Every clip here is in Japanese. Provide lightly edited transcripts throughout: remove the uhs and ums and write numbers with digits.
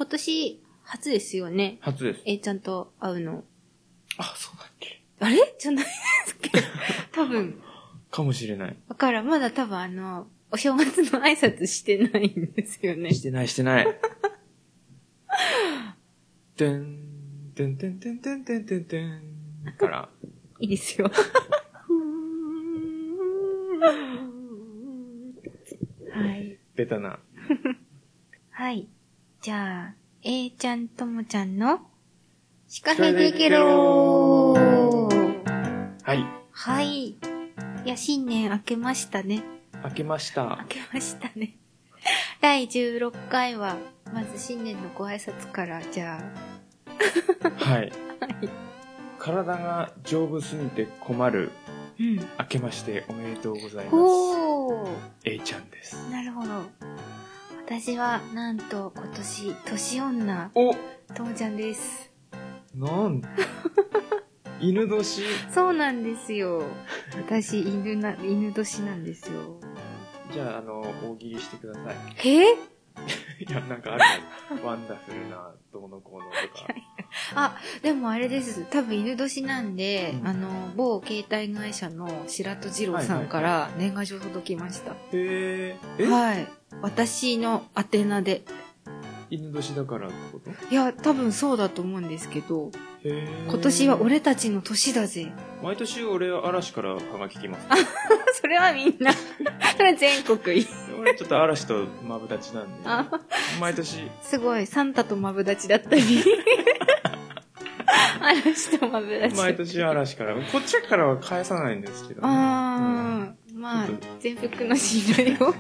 今年初ですよね。 初です。 ちゃんと会うの。 あ、そうだっけ。 あれじゃないですけど。多分。 かもしれない。 だからまだ多分お正月の挨拶してないんですよね。 してない。てん、てんてんてんてんてんてんてんから。 いいですよ。はい。 ベタな。 はい。じゃあ、ちゃんともちゃんのシカヘデケロー。 はい。 はい。いや、新年明けましたね。 明けました。 明けましたね。第16回は、まず新年のご挨拶から、じゃあ。はい。 はい。 体が丈夫すぎて困る。 うん。 明けましておめでとうございます。 おー。 A ちゃんです。 なるほど。私は、なんと、今年、年女。 おともちゃんです。 なん犬年。 そうなんですよ。私、犬年なんですよ。 じゃあ、大喜利してください。 いや、なんかあるじゃん。ワンダフルな、どうのこうのとか。 あ、でもあれです。多分犬年なんで、某携帯会社の白戸二郎さんから年賀状届きました。 へー。はい。私の宛名で。 犬年だからってこと？ いや、多分そうだと思うんですけど、 へ今年は俺たちの年だぜ。 毎年俺は嵐からハガキ来ます。 それはみんな。それは全国。 俺ちょっと嵐とマブダチなんで。毎年。 すごい、サンタとマブダチだったり。嵐とマブダチ。 毎年嵐から。こっちからは返さないんですけど、ね。 まあ、全幅の信頼を。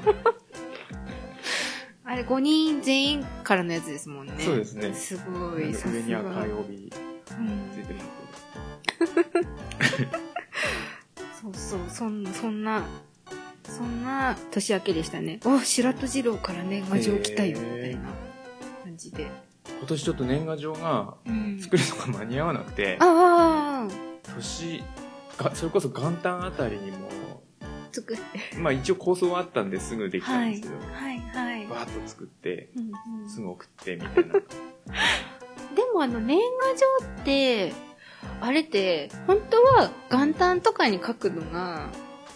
あれ、5人全員からのやつですもんね。 そうですね。 すごい、さすが。 上に赤い帯ついてるそうそう、そんな年明けでしたね。白戸二郎から年賀状来たよ、みたいな感じで。 今年ちょっと年賀状が作るのが間に合わなくて、それこそ元旦あたりにも作って。 まあ一応構想はあったんですぐできたんですけど、 はい。 バーッと作って、すぐ送ってみたいな。 でも年賀状って、あれって、本当は元旦とかに書くのが、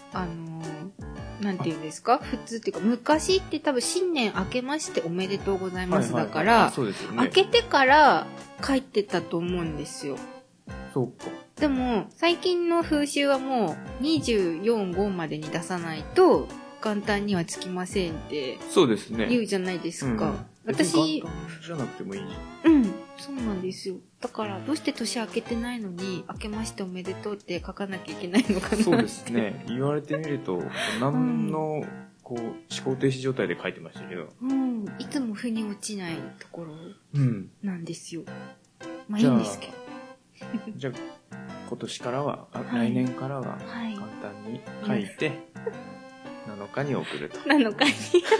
なんて言うんですか？普通っていうか、昔って多分新年明けましておめでとうございますだから、明けてから書いてたと思うんですよ。 そうか。 でも、最近の風習はもう24号までに出さないと、元旦にはつきませんって、 そうですね。 言うじゃないですか。 私、元旦じゃなくてもいいじゃん。そうなんですよ。だから、どうして年明けてないのに、明けましておめでとうって書かなきゃいけないのかなって。 そうですね。言われてみると、何の、思考停止状態で書いてましたけど。 いつも腑に落ちないところなんですよ。まあいいんですけど。 じゃあ、今年からは、来年からは、簡単に書いて、7日に送ると。 7日に。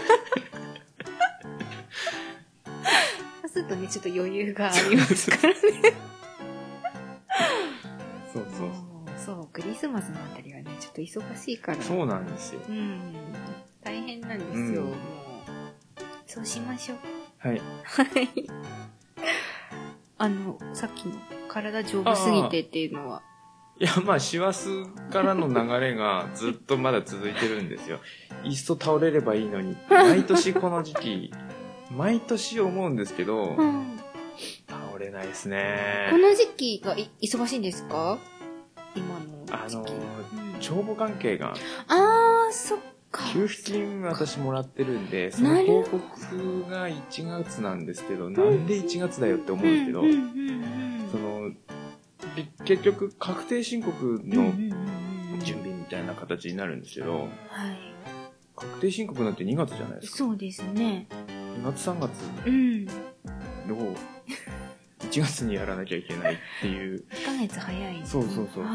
そうするとね、ちょっと余裕がありますからね。そう、クリスマスのあたりはね、ちょっと忙しいから。 そうなんですよ。 大変なんですよ、もう。そうしましょう。 はい。 さっきの体丈夫すぎてっていうのは。 いや、まあ、師走からの流れがずっとまだ続いてるんですよ。いっそ倒れればいいのに。毎年この時期、毎年思うんですけど、倒れないですね。 この時期が忙しいんですか？今の時期。 帳簿関係が。 そっか。 給付金私もらってるんで、その報告が1月なんですけど、なんで1月だよって思うんですけど、結局確定申告の準備みたいな形になるんですけど、確定申告なんて2月じゃないですか。 そうですね。 2月3月を1月にやらなきゃいけないっていう。 1ヶ月早い。 そう。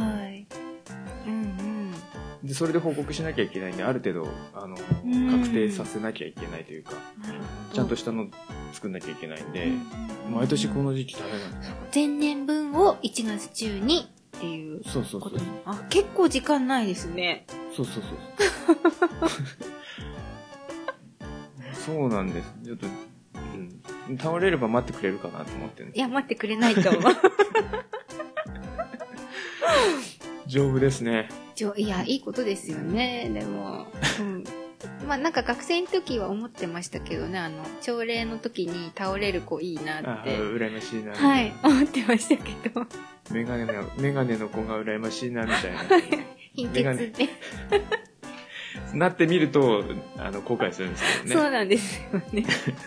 で、それで報告しなきゃいけないんで、ある程度、確定させなきゃいけないというか、ちゃんとしたの作んなきゃいけないんで、毎年この時期大変なんですよ。 前年分を1月中にっていうこと。 そう。 結構時間ないですね。 そう。そうなんです。ちょっと、 倒れれば待ってくれるかなと思ってるんです。 いや、待ってくれないと思う。 丈夫ですね。 いや、いいことですよね、でも。うん。まあなんか学生の時は思ってましたけどね、朝礼の時に倒れる子いいなって。 羨ましいな。 はい、思ってましたけど。 メガネの子が羨ましいな、みたいな。 貧血で。 なってみると、後悔するんですけどね。 そうなんですよね。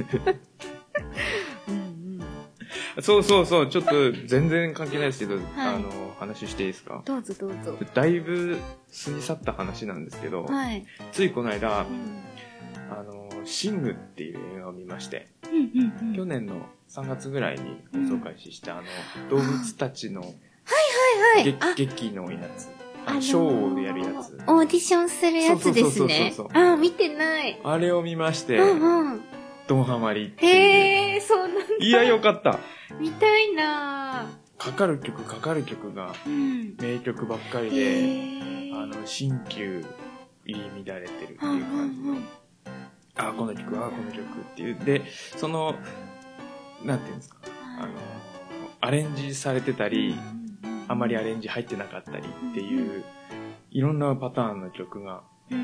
そう、ちょっと全然関係ないですけど、話していいですか？ どうぞどうぞ。 だいぶ過ぎ去った話なんですけど、 はい、 ついこの間、シングっていう映画を見まして、去年の3月ぐらいに放送開始した、動物たちの、劇のやつ。ショーをやるやつ。 オーディションするやつですね。見てない。 あれを見まして、ドンハマりっていう。 へー、そうなんだ。 いや、よかった。 見たいなぁ。 かかる曲が名曲ばっかりで、新旧入り乱れてるっていう感じの、この曲っていう。で、なんていうんですか、アレンジされてたり、あまりアレンジ入ってなかったりっていう、いろんなパターンの曲がかかって、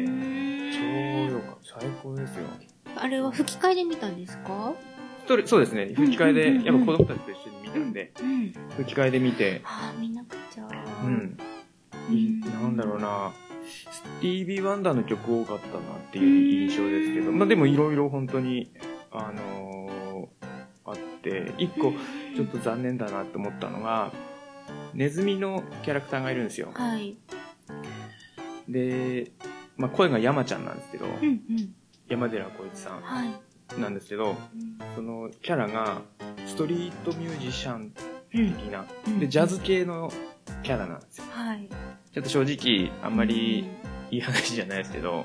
超よかった。最高ですよ。 あれは吹き替えで見たんですか？ そうですね。吹き替えで、やっぱ子供たちと一緒に見たんで、吹き替えで見て。 見なくちゃ。 なんだろうな。スティービー・ワンダーの曲多かったなっていう印象ですけど、でもいろいろ本当に、あって、一個ちょっと残念だなって思ったのが、ネズミのキャラクターがいるんですよ。 はい。 で、声が山ちゃんなんですけど、山寺宏一さんなんですけど、そのキャラがストリートミュージシャン的な、でジャズ系のキャラなんですよ。はい、ちょっと正直あんまりいい話じゃないですけど、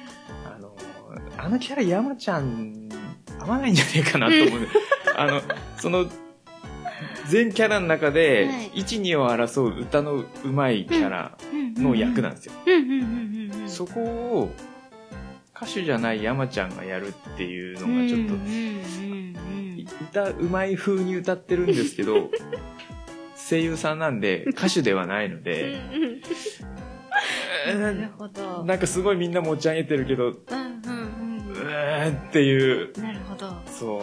キャラ山ちゃん合わないんじゃねえかなと思う。その全キャラの中で1、2を争う歌の上手いキャラの役なんですよ。そこを歌手じゃない山ちゃんがやるっていうのがちょっと、うまい風に歌ってるんですけど、声優さんなんで歌手ではないので、なんかすごいみんな持ち上げてるけど、っていう。なるほど。そう。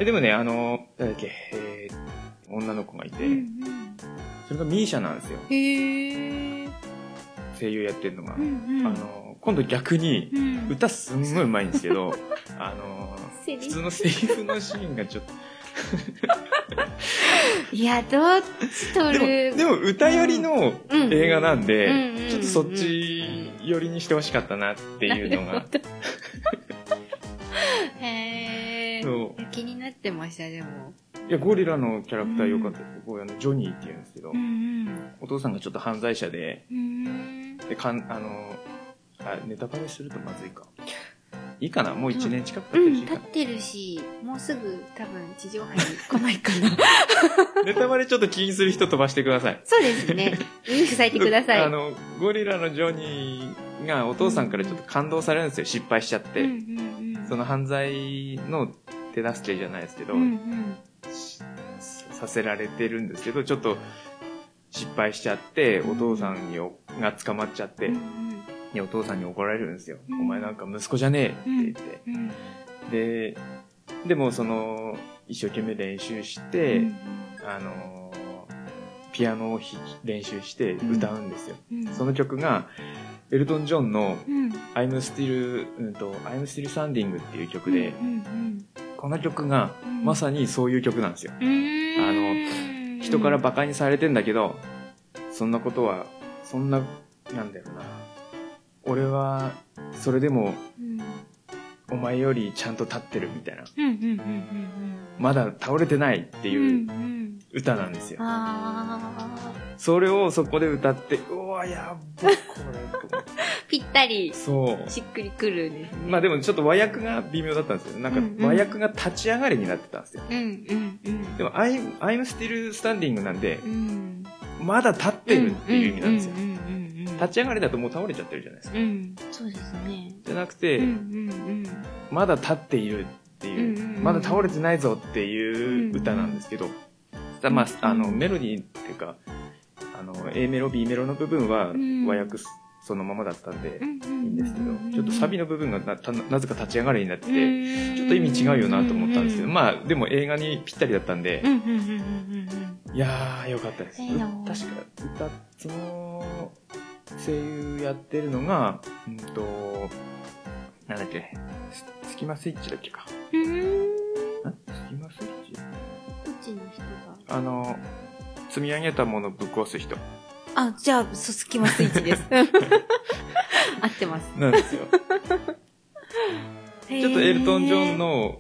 でもね、誰だっけ、女の子がいて、それがミーシャなんですよ。声優やってるのが。今度逆に歌すんごいうまいんですけど、普通のセリフのシーンがちょっといや、どっち取る？ でも歌寄りの映画なんで、ちょっとそっち寄りにしてほしかったなっていうのが。 へー。気になってました、でも。 いや、ゴリラのキャラクター良かったです。ジョニーって言うんですけど、お父さんがちょっと犯罪者で、ネタバレするとまずいか。いいかな？もう1年近く経ってるし。 経ってるし、もうすぐ多分地上波に来ないかな。 ネタバレちょっと気にする人飛ばしてください。 そうですね。耳塞いてください。 ゴリラのジョニーがお父さんからちょっと感動されるんですよ。失敗しちゃって。その犯罪の手助けじゃないですけど、させられてるんですけど、ちょっと失敗しちゃって、お父さんが捕まっちゃって、お父さんに怒られるんですよ。お前なんか息子じゃねえって言って。でも一生懸命練習して、ピアノを練習して歌うんですよ。その曲が、エルトン・ジョンの I'm Still Standing っていう曲で、この曲がまさにそういう曲なんですよ。人から馬鹿にされてんだけど、なんだろうな。俺はそれでもお前よりちゃんと立ってるみたいな、まだ倒れてないっていう歌なんですよ。それをそこで歌って、うわ、やっばこれと思ってぴったりそうしっくりくるんですね。 でもちょっと和訳が微妙だったんですよ。なんか和訳が立ち上がりになってたんですよ。でも I'm Still Standing なんで、まだ立ってるっていう意味なんですよ。立ち上がりだともう倒れちゃってるじゃないですか。 そうですね。 じゃなくて、まだ立っているっっていう、 うんうんうんまだ倒れてないぞっていう歌なんですけど、まあ、メロディーっていうか、A メロ、B メロの部分は和訳そのままだったんでいいんですけど、ちょっとサビの部分がなぜか立ち上がりになってて、ちょっと意味違うよなと思ったんですけど、まあ、でも映画にぴったりだったんで、いやー、よかったです。確か、その、声優やってるのが、なんだっけ、スキマスイッチだっけか。スキマスイッチ？ どっちの人だ？ 積み上げたものをぶっ壊す人。 あ、じゃあ、スキマスイッチです。合ってます。 なんですよ。ちょっとエルトン・ジョンの、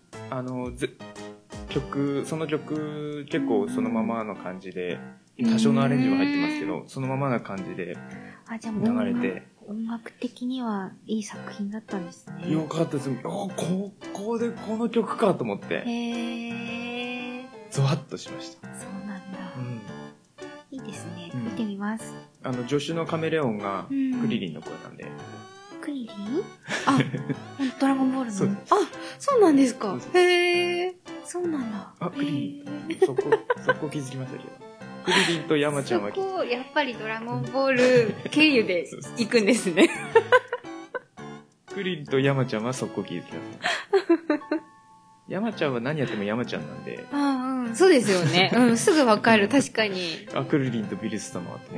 その曲、結構そのままの感じで、多少のアレンジは入ってますけど、そのままな感じで流れて。 音楽的にはいい作品だったんですね。 よかったです。ここでこの曲かと思って。ゾワッとしました。 そうなんだ。いいですね。 うん、 見てみます。 助手のカメレオンがクリリンの声なんで。 クリリン？あ、ドラゴンボールの。 そうです。 あ、そうなんですか。へー。そうなんだ。 あ、クリリン。そこ気づきましたけど。クリリンと山ちゃんはそこ、やっぱりドラゴンボール経由で行くんですね。 クリリンと山ちゃんはそこ気づきました。山ちゃんは何やっても山ちゃんなんで。 そうですよね。すぐわかる、確かに。 クリリンとビルス様と思って。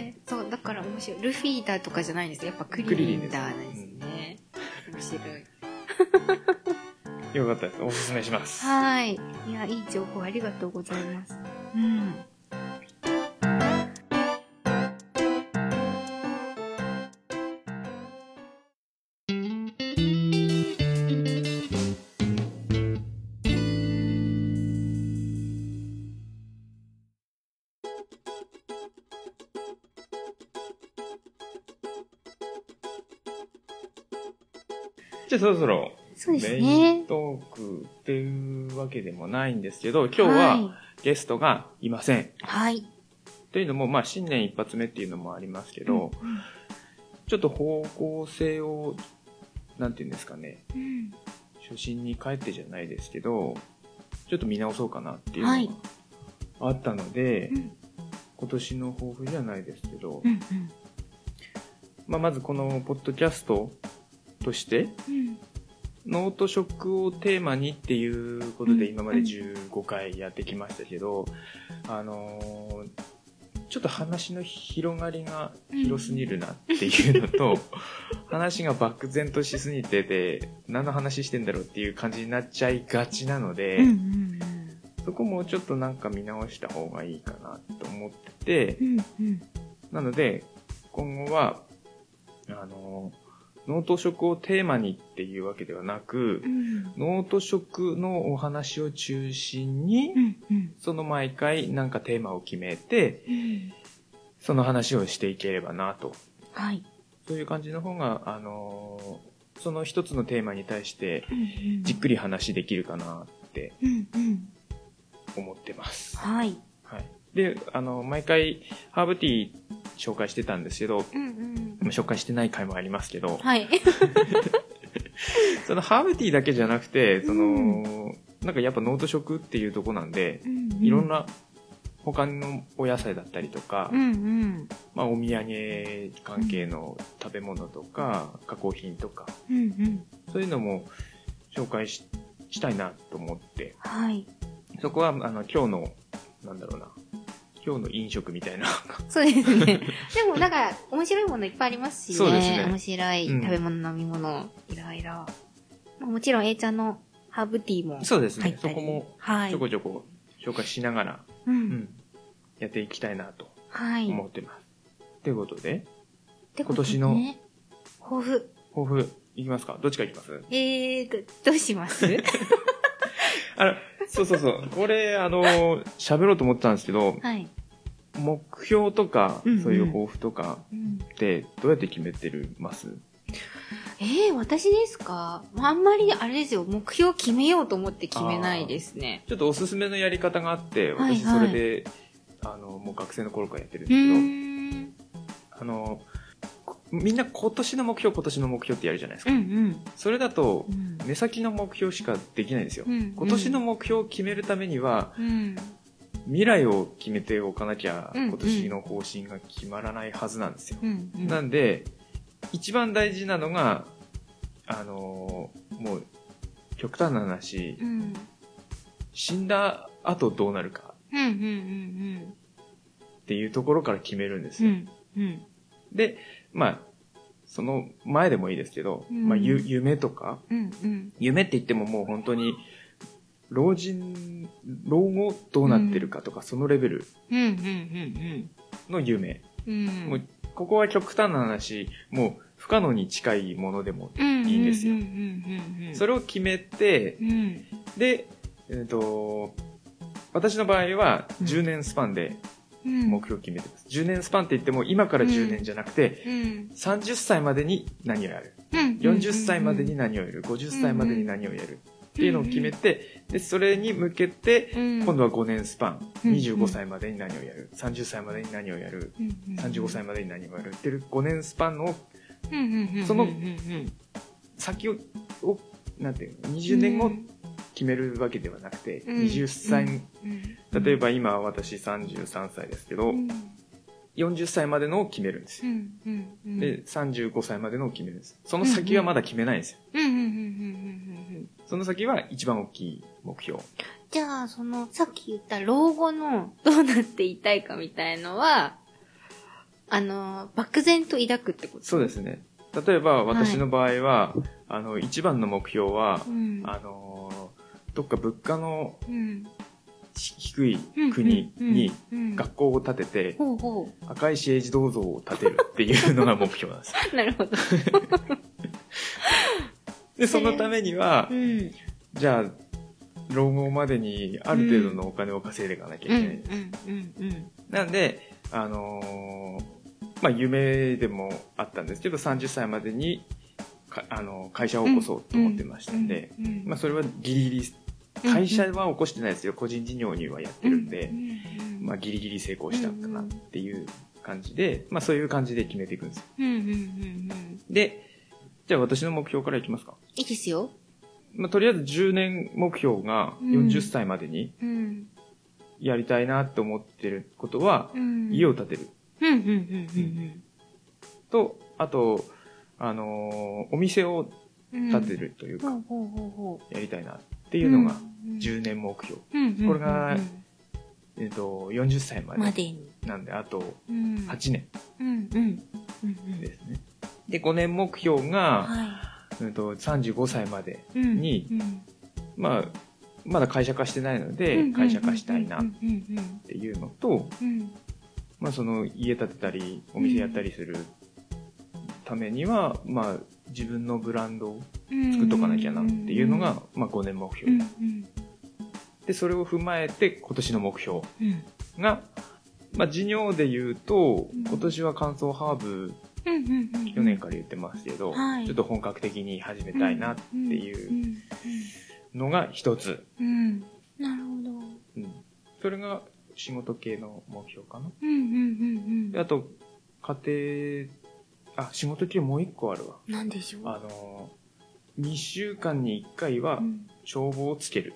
そう、だから面白い。ルフィだとかじゃないんですよ。やっぱクリリンだなんですね。面白い。 よかったです。おすすめします。 はい。いや、いい情報ありがとうございます。 じゃあそろそろメイントークっていうわけでもないんですけど、今日はゲストがいません。 はい。 というのも、まあ新年一発目っていうのもありますけど、ちょっと方向性を、なんていうんですかね、初心に帰ってじゃないですけど、ちょっと見直そうかなっていうのがあったので、今年の抱負じゃないですけど、まずこのポッドキャストとして、ノート食をテーマにっていうことで今まで15回やってきましたけど、ちょっと話の広がりが広すぎるなっていうのと、話が漠然としすぎてて、何の話してんだろうっていう感じになっちゃいがちなので、そこもちょっとなんか見直した方がいいかなと思ってて、なので、今後は、ノート食をテーマにっていうわけではなく、ノート食のお話を中心に、その毎回なんかテーマを決めて、その話をしていければなと。 はい。 そういう感じの方が、その一つのテーマに対してじっくり話できるかなって思ってます。 はい。 はい。で、毎回ハーブティー紹介してたんですけど、紹介してない回もありますけど、 はい。 そのハーブティーだけじゃなくて、なんかやっぱノート食っていうとこなんで、いろんな他のお野菜だったりとか、まあお土産関係の食べ物とか、加工品とか、そういうのも紹介したいなと思って、 はい。 そこは今日の、なんだろうな、今日の飲食みたいな。 そうですね。でもなんか面白いものいっぱいありますしね。 そうですね。 面白い食べ物、飲み物、いろいろ。もちろん A ちゃんのハーブティーも。 そうですね。そこもちょこちょこ紹介しながら、やっていきたいなと思ってます。ということで、今年の抱負。 抱負いきますか？どっちからいきます？ どうします？ そう。これ、喋ろうと思ってたんですけど、目標とか、そういう抱負とかって、どうやって決めてます？ 私ですか？あんまり、あれですよ、目標決めようと思って決めないですね。 ちょっとおすすめのやり方があって、私それで、もう学生の頃からやってるんですけど、 みんな今年の目標ってやるじゃないですか。 うんうんそれだとう、ん目先の目標しかできないんですよ。 うん今年の目標を決めるためには、 うん未来を決めておかなきゃ、 うん今年の方針が決まらないはずなんですよ。 うんうんなんで、一番大事なのが、もう、極端な話、 うん死んだ後どうなるかうんうんうんっていうところから決めるんですよ。 うんうんで、まあ、その前でもいいですけど、 うんまあ、夢とか、 うんうん夢って言ってももう本当に、老後どうなってるかとか、そのレベルうんうんうんの夢。 うんもうここは極端な話、もう不可能に近いものでもいいんですよ。それを決めて、 うんで、私の場合は10年スパンでうん目標を決めてます。10年スパンって言っても今から10年じゃなくて、 うん 30歳までに何をやる。 うん 40歳までに何をやる。50歳までに何をやる。っていうのを決めて、で、それに向けて、 今今度は5年スパン。 うん 25歳までに何をやる。30歳までに何をやる。35歳までに何をやる。っていう5年スパンのその先を、なんていうの、20年後決めるわけではなくて、20歳、例えば今私33歳ですけど、40歳までのを決めるんですよ。で、35歳までのを決めるんです。その先はまだ決めないんですよ。その先は一番大きい目標。 じゃあ、さっき言った老後のどうなっていたいかみたいのは、漠然と抱くってこと？ そうですね。例えば私の場合は、一番の目標は、どっか物価の低い国に学校を建てて、赤石英二銅像を建てるっていうのが目標なんですよ。 なるほど。 で、そのためには、じゃあ、老後までにある程度のお金を稼いでいかなきゃいけないです。なんで、まあ、夢でもあったんですけど、30歳までに会社を起こそうと思ってましたんで、まあ、それはギリギリ、会社は起こしてないですよ。個人事業にはやってるんで、まあ、ギリギリ成功したかなっていう感じで、まあ、そういう感じで決めていくんですよ。で、じゃあ私の目標からいきますか。 いいですよ。 まあ、とりあえず10年目標が40歳までにやりたいなって思ってることは、家を建てる。と、あと、お店を建てるというか、やりたいなっていうのが10年目標。これが、40歳までに。 なんで、あと8年ですね。で、5年目標が、35歳までに、まあ、まだ会社化してないので、会社化したいなっていうのと、まあその家建てたり、お店やったりするためには、まあ自分のブランドを作っとかなきゃなっていうのが、まあ5年目標。で、それを踏まえて今年の目標が、まあ事業で言うと、今年は乾燥ハーブ、去年から言ってますけど、ちょっと本格的に始めたいなっていうのが一つ。 なるほど。 それが仕事系の目標かな。であと、家庭、仕事系もう一個あるわ。 なんでしょう。 2週間に1回は帳簿をつける。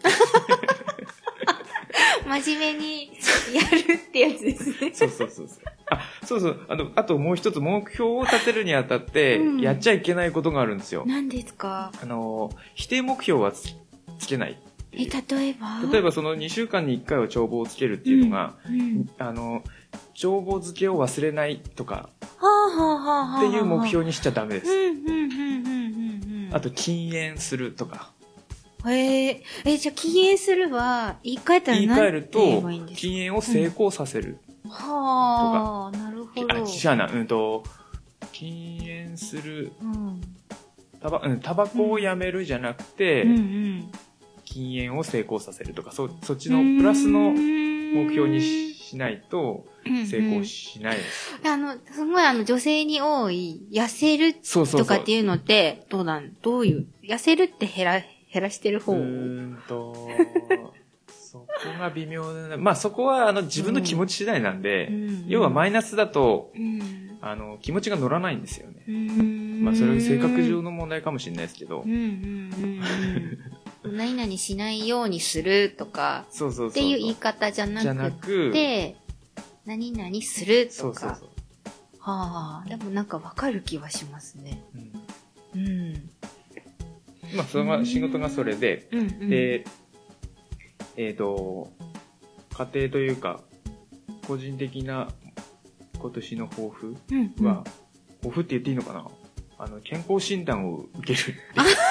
真面目にやるってやつですね。 そう。そうそう。あともう一つ目標を立てるにあたって、やっちゃいけないことがあるんですよ。 何ですか？ 否定目標はつけないっていう。例えばその2週間に1回は帳簿をつけるっていうのが、帳簿付けを忘れないとか、っていう目標にしちゃダメです。あと禁煙するとか。 じゃあ禁煙するは言い換えたら言い換えるとばいいんですか？ 禁煙を成功させる。 はあ、なるほど。 違うな、禁煙する、タバコをやめるじゃなくて、禁煙を成功させるとか、そっちのプラスの目標にしないと成功しないです。 すごい女性に多い、痩せるとかっていうのって、どういう、痩せるって減らしてる方？ そこが微妙な、まあそこは自分の気持ち次第なんで、要はマイナスだと、気持ちが乗らないんですよね。 まあそれは性格上の問題かもしれないですけど。 何々しないようにするとか、 そうそうそう。 っていう言い方じゃなくて、何々するとか。はあ、でもなんかわかる気はしますね。 まあその仕事がそれで、で、家庭というか、個人的な今年の抱負は、抱負って言っていいのかな？健康診断を受けるっていう。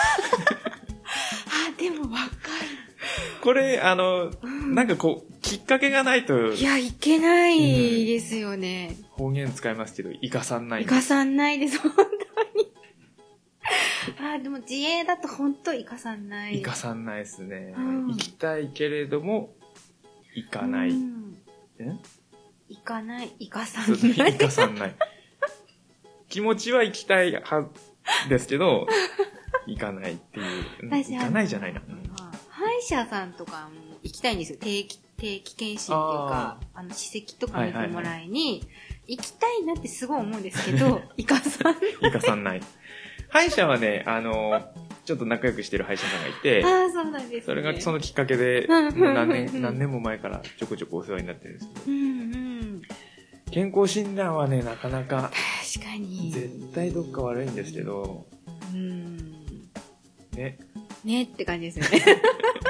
でもわかる。 これ、なんかこう、きっかけがないと。 いや、いけないですよね。 方言使いますけど、イカさんない。 イカさんないです、本当に。でも自営だと本当イカさんない。 イカさんないですね。行きたいけれども、行かない。 行かない、イカさんない。 イカさんない。気持ちは行きたいはですけど、行かないっていう。行かないじゃないな。 歯医者さんとかも行きたいんですよ。定期検診っていうか、歯石とか見てもらいに、行きたいなってすごい思うんですけど、イカさんない。 イカさんない。歯医者はね、ちょっと仲良くしてる歯医者さんがいて、 そうなんですね。 それがそのきっかけで、何年も前からちょこちょこお世話になってるんですけど、健康診断はね、なかなか、 確かに。 絶対どっか悪いんですけど、 ねって感じですよね。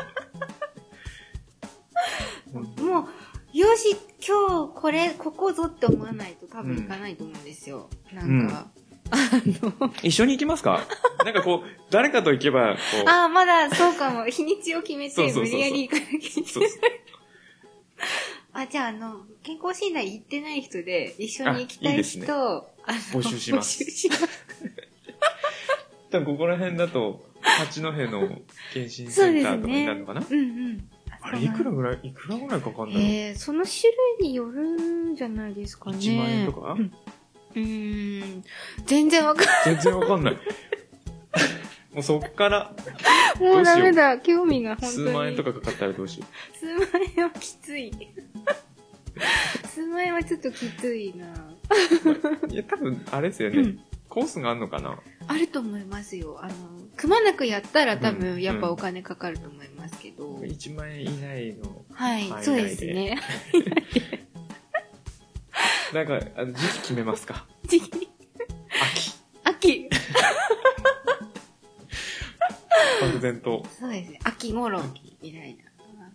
もう、よし、今日ここぞって思わないと多分行かないと思うんですよ。なんか、 一緒に行きますか？なんかこう、誰かと行けば、こう。 まだそうかも。日にちを決めて無理やり行かなきゃいけない。じゃあ健康診断行ってない人で一緒に行きたい人、 募集します。多分ここら辺だと、八戸の検診センターとかになるのかな？あれ、いくらぐらいかかんないの？ その種類によるんじゃないですかね。 1万円とか？ 全然わかんない。 全然わかんない。もうそっから。 もうダメだ。興味が本当に。 数万円とかかかったらどうしよう。 数万円はきつい。数万円はちょっときついな。 いや、多分、あれですよね。コースがあるのかな？ あると思いますよ。くまなくやったら多分、やっぱお金かかると思いますけど。 1万円以内の。 はい、そうですね。 なんか、時期決めますか？ 時期秋漠然と。 そうですね。秋頃みたいな。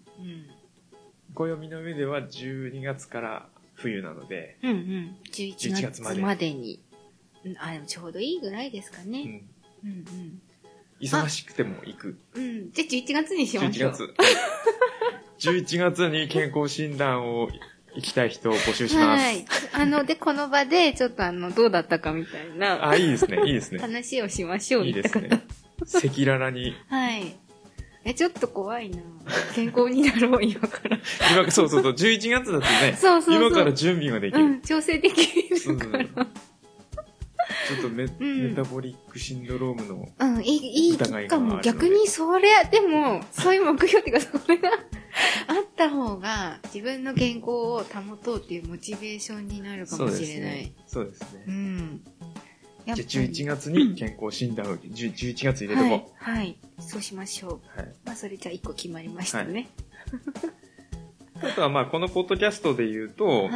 暦の上では12月から冬なので。 11月までに。でもちょうどいいぐらいですかね。 忙しくても行く。 じゃあ11月にしましょう。 11月に健康診断を行きたい人を募集します。 はい。で、この場で、ちょっとどうだったかみたいな。 いいですね、いいですね。 話をしましょう。 いいですね。赤裸々に。 はい。ちょっと怖いな。健康になろう、今から。 そう、11月だとね。今から準備ができる。 調整できるから。 ちょっとメタボリックシンドロームのいいかも。逆にでも、そういう目標っていうか、それがあった方が、自分の健康を保とうっていうモチベーションになるかもしれない。 そうですね。じゃあ11月に健康診断を11月入れとこう。はい。そうしましょう。それじゃあ1個決まりましたね。 あとはこのポッドキャストで言うと、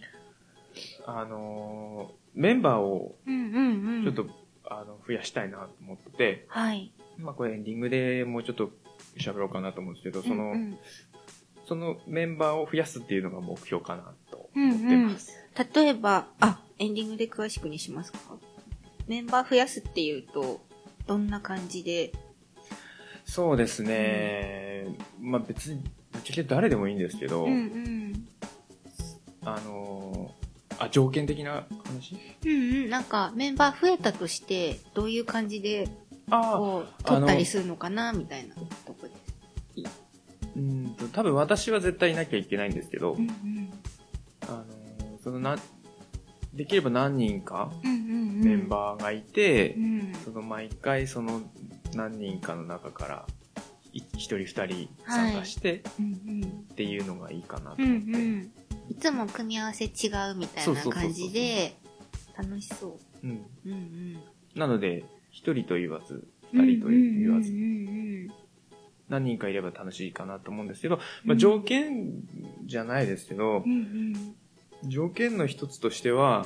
メンバーをちょっと増やしたいなと思ってて、これエンディングでもうちょっと喋ろうかなと思うんですけど、そのメンバーを増やすっていうのが目標かなと思ってます。 例えば、エンディングで詳しくにしますか？メンバー増やすっていうと、どんな感じで？ そうですね。別に、ぶっちゃけ誰でもいいんですけど、条件的な話？ なんか、メンバー増えたとして、どういう感じで、取ったりするのかな、みたいなとこです。 多分私は絶対いなきゃいけないんですけど、できれば何人かメンバーがいて、毎回その何人かの中から一人二人参加してっていうのがいいかなと思って、 いつも組み合わせ違うみたいな感じで楽しそう。 うん。 うんうん。 なので、一人と言わず、二人と言わず、何人かいれば楽しいかなと思うんですけど、まあ、条件じゃないですけど、条件の一つとしては、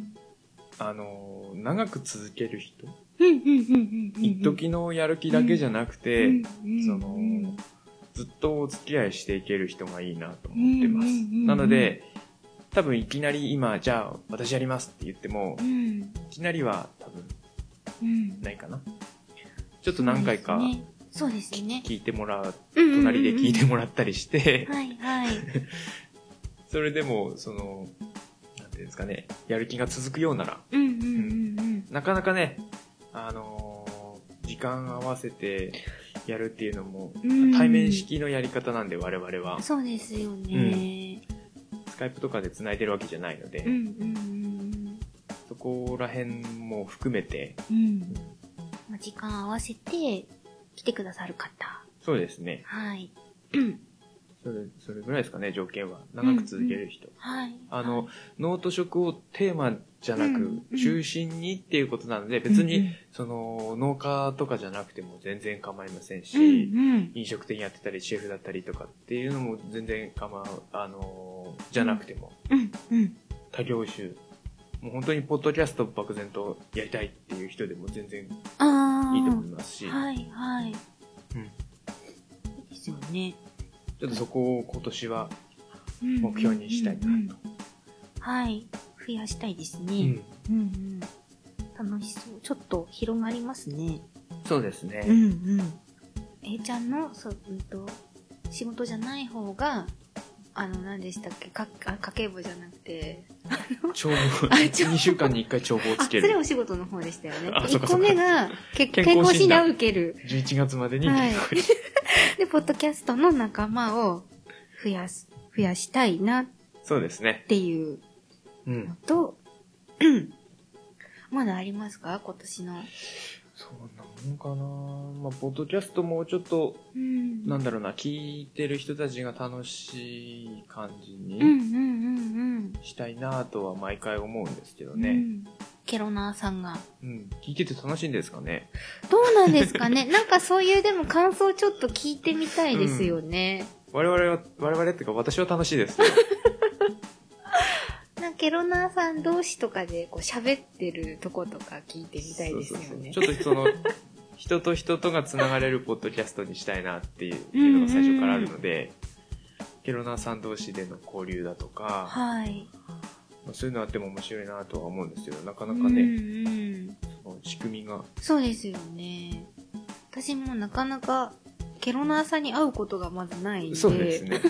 長く続ける人、一時のやる気だけじゃなくて、ずっとお付き合いしていける人がいいなと思ってます。なので、多分いきなり今、じゃあ私やりますって言っても、いきなりは多分ないかな。ちょっと何回かそうですね。 聞いてもらう、隣で聞いてもらったりして、 はいはい。 それでも、なんていうんですかね、やる気が続くようなら、なかなかね、時間合わせてやるっていうのも、対面式のやり方なんで我々は。 そうですよね。 スカイプとかで繋いでるわけじゃないので、そこら辺も含めて、 時間合わせて来てくださる方。 そうですね。 はい。 それぐらいですかね、条件は。長く続ける人。 はい。 脳と食をテーマじゃなく、中心にっていうことなので、別に、農家とかじゃなくても全然構いませんし、飲食店やってたり、シェフだったりとかっていうのも全然じゃなくても、多業種、もう本当にポッドキャスト漠然とやりたいっていう人でも全然いいと思いますし。 はいはい。いいですよね。 ちょっとそこを今年は目標にしたいなと。 はい。増やしたいですね。楽しそう。ちょっと広がりますね。 そうですね。 A ちゃんの、仕事じゃない方が、何でしたっけ、家計簿じゃなくて、 帳簿。2週間に1回帳簿をつける。 それお仕事の方でしたよね。 1 個目が、健康診断を受ける。 11月までに。 で、ポッドキャストの仲間を増やしたいな。 そうですね。 っていうのと、まだありますか今年の。 そんなもんかな。まあ、ポッドキャストもうちょっと、なんだろうな、聞いてる人たちが楽しい感じにしたいなとは毎回思うんですけどね。 ケロナーさんが。 聞いてて楽しいんですかね。 どうなんですかね。なんかそういうでも感想ちょっと聞いてみたいですよね。 我々っていうか私は楽しいです。 ケロナーさん同士とかでこう喋ってるとことか聞いてみたいですよね。 ちょっと人と人とがつながれるポッドキャストにしたいなっていうのが最初からあるので、ケロナーさん同士での交流だとか、そういうのあっても面白いなとは思うんですけど、なかなかね、仕組みが。 そうですよね。私もなかなかケロナーさんに会うことがまずないんで。 そうですね。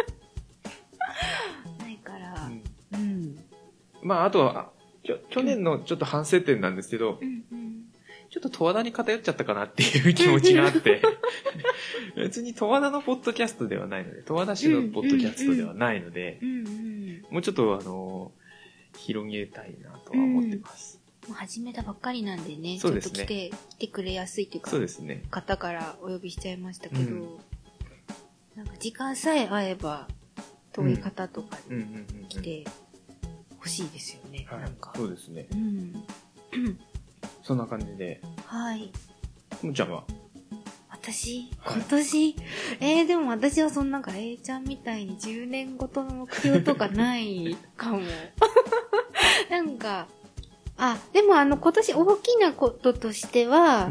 ないから。 まあ、あとは、去年のちょっと反省点なんですけど、ちょっと十和田に偏っちゃったかなっていう気持ちがあって、別に十和田のポッドキャストではないので、十和田市のポッドキャストではないので、もうちょっと広げたいなとは思ってます。 もう始めたばっかりなんでね、 そうですね、 ちょっと来てくれやすいというか、 そうですね、 方からお呼びしちゃいましたけど、なんか時間さえ合えば、遠い方とかに来てほしいですよね。なんかそうですね。そんな感じで。 はい。 ともちゃんは？ 私、今年、でも私はそんなんか A ちゃんみたいに10年ごとの目標とかないかも。なんか、でも今年大きなこととしては、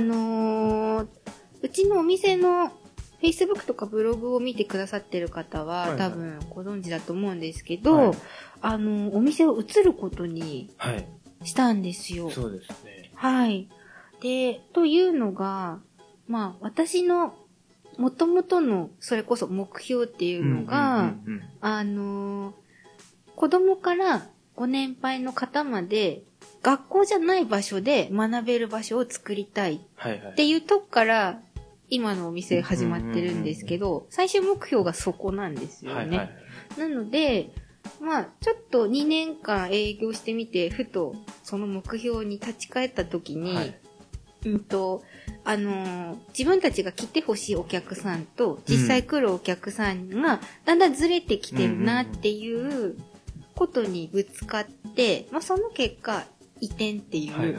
うちのお店の Facebook とかブログを見てくださってる方は、多分ご存知だと思うんですけど、お店を移ることにしたんですよ。 そうですね。 はい。で、というのが、まあ、私の元々のそれこそ目標っていうのが、子供からご年配の方まで学校じゃない場所で学べる場所を作りたいっていうとこから今のお店始まってるんですけど、最終目標がそこなんですよね。なので、まあ、ちょっと2年間営業してみて、ふとその目標に立ち返った時に、自分たちが来てほしいお客さんと実際来るお客さんがだんだんずれてきてるなっていうことにぶつかって、まあその結果、 移転っていう、 はいはい、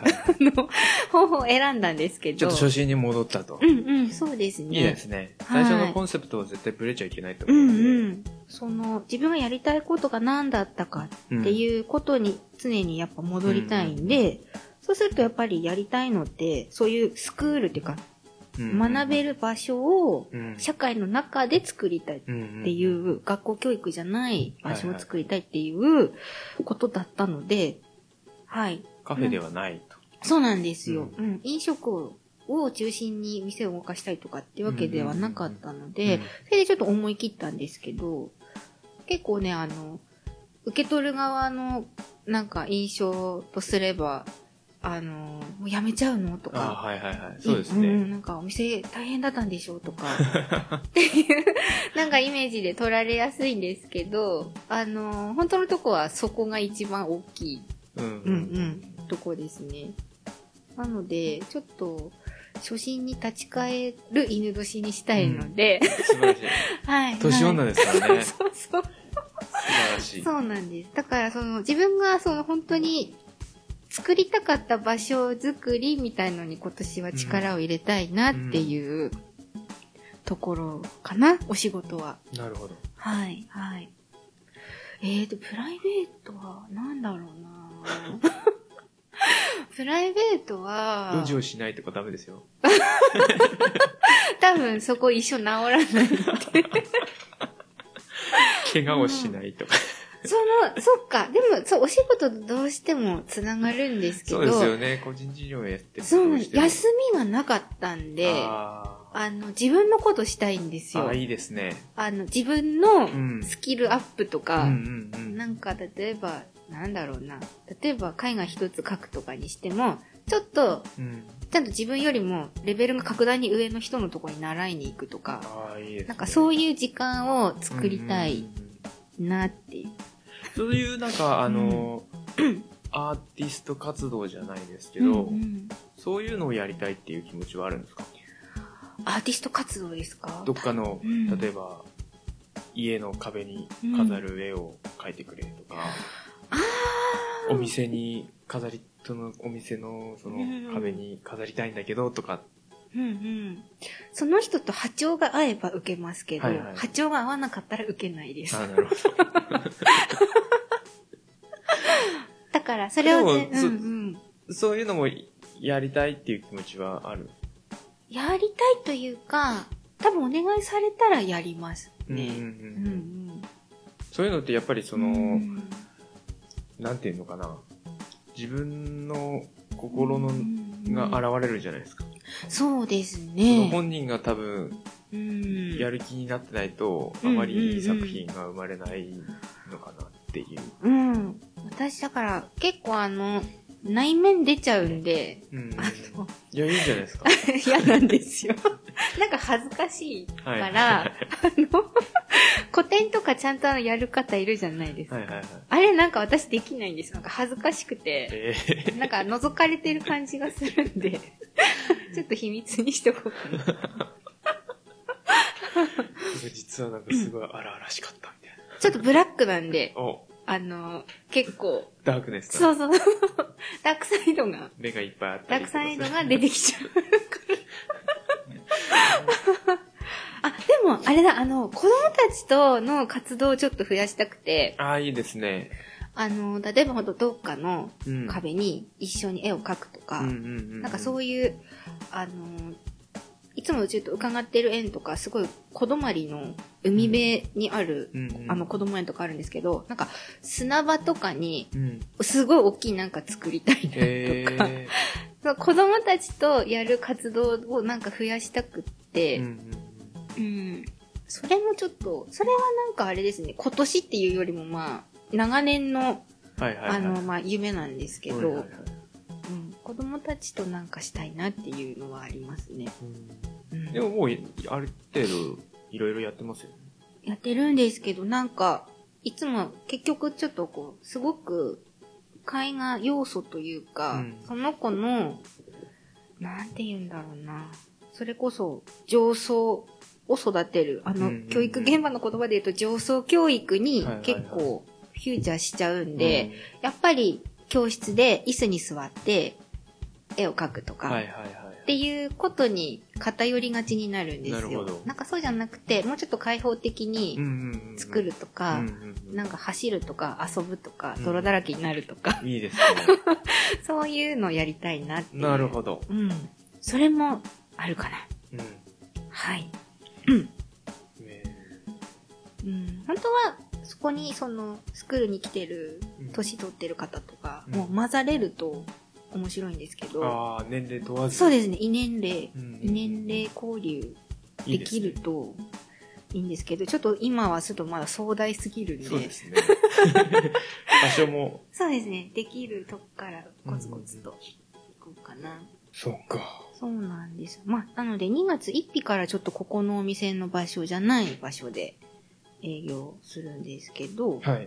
方法を選んだんですけど。 ちょっと初心に戻ったと。 うんうん、そうですね。 いいですね。最初のコンセプトは絶対ブレちゃいけないと思うので。うんうん。 自分がやりたいことが何だったかっていうことに常にやっぱ戻りたいんで、うんうん、そうするとやっぱりやりたいのって、そういうスクールっていうか、学べる場所を社会の中で作りたいっていう、学校教育じゃない場所を作りたいっていうことだったので、はい。 カフェではないと。 そうなんですよ。うん。飲食を中心に店を動かしたいとかってわけではなかったので、それでちょっと思い切ったんですけど、結構ね、受け取る側のなんか印象とすれば、もう辞めちゃうのとか。 はいはいはい。そうですね。 なんかお店大変だったんでしょうとか。っていう、なんかイメージで取られやすいんですけど、本当のとこはそこが一番大きい。とこですね。なので、ちょっと、初心に立ち返る犬年にしたいので。 素晴らしい。はい。年女ですからね。 そうそう。素晴らしい。 そうなんです。だから、自分が本当に、作りたかった場所作りみたいのに今年は力を入れたいなっていうところかな、お仕事は。 なるほど。 はい、はい。プライベートは何だろうなプライベートは路地をしないとかダメですよ。 多分そこ一緒治らないんで怪我をしないとか。 そっか。でも、お仕事とどうしてもつながるんですけど。 そうですよね。個人事業やってる。 そう、休みがなかったんで、自分のことしたいんですよ。 いいですね。 自分のスキルアップとか、なんか例えば、なんだろうな。例えば、絵画一つ描くとかにしても、ちょっと、ちゃんと自分よりもレベルが格段に上の人のところに習いに行くとか、 いいですね、 なんかそういう時間を作りたいなっていう。 そういうなんかアーティスト活動じゃないですけど、そういうのをやりたいっていう気持ちはあるんですか？ アーティスト活動ですか？ どっかの、例えば家の壁に飾る絵を描いてくれとか、お店にお店のその壁に飾りたいんだけどとか。 その人と波長が合えば受けますけど、波長が合わなかったら受けないです。 なるほど。 だからそれをね、 そういうのもやりたいっていう気持ちはある？ やりたいというか、多分お願いされたらやりますね。 そういうのってやっぱりなんていうのかな、自分の心のが現れるじゃないですか。 そうですね。 本人が多分やる気になってないとあまりいい作品が生まれないのかなっていう。 私だから結構内面出ちゃうんで、 いや、いいんじゃないですか。 嫌なんですよ。なんか恥ずかしいから、古典とかちゃんとやる方いるじゃないですか。あれなんか私できないんです。なんか恥ずかしくて、なんか覗かれてる感じがするんで、ちょっと秘密にしとこうかな。 実はなんかすごい荒々しかったみたいな。 ちょっとブラックなんで、結構。 ダークネス。 そう。ダークサイドが。 目がいっぱいあったダークサイドが出てきちゃうから。でも、あれだ、子供たちとの活動をちょっと増やしたくて。 いいですね。 例えばどっかの壁に一緒に絵を描くとか、なんかそういう、いつもちょっと伺ってる園とか、すごい小泊の海辺にある、子供園とかあるんですけど、なんか砂場とかに、すごい大きいなんか作りたいなとか、子供たちとやる活動をなんか増やしたくって、それもちょっと、それはなんかあれですね、今年っていうよりも長年の、夢なんですけど、子供たちとなんかしたいなっていうのはありますね。 でももうある程度いろいろやってますよね。 やってるんですけど、なんかいつも結局ちょっとすごく絵画要素というか、その子のなんて言うんだろうな、それこそ情操を育てる教育現場の言葉で言うと情操教育に結構フューチャーしちゃうんで、やっぱり教室で椅子に座って絵を描くとか、っていうことに偏りがちになるんですよ。なるほど。なんかそうじゃなくて、もうちょっと開放的に作るとか、なんか走るとか遊ぶとか、泥だらけになるとか。 いいですね。 そういうのをやりたいなっていう。 なるほど。 うん。それもあるかな。うん。はい。うん。本当は、そこにその、スクールに来てる、年取ってる方とか、もう混ざれると、面白いんですけど。 ああ、年齢問わず。 そうですね。異年齢交流できるといいんですけど、ちょっと今はちょっとまだ壮大すぎるんで。 そうですね。場所も。 そうですね。できるとこからコツコツと行こうかな。 そうか。 そうなんです。まあ、なので2月1日からちょっとここのお店の場所じゃない場所で営業するんですけど、 はい。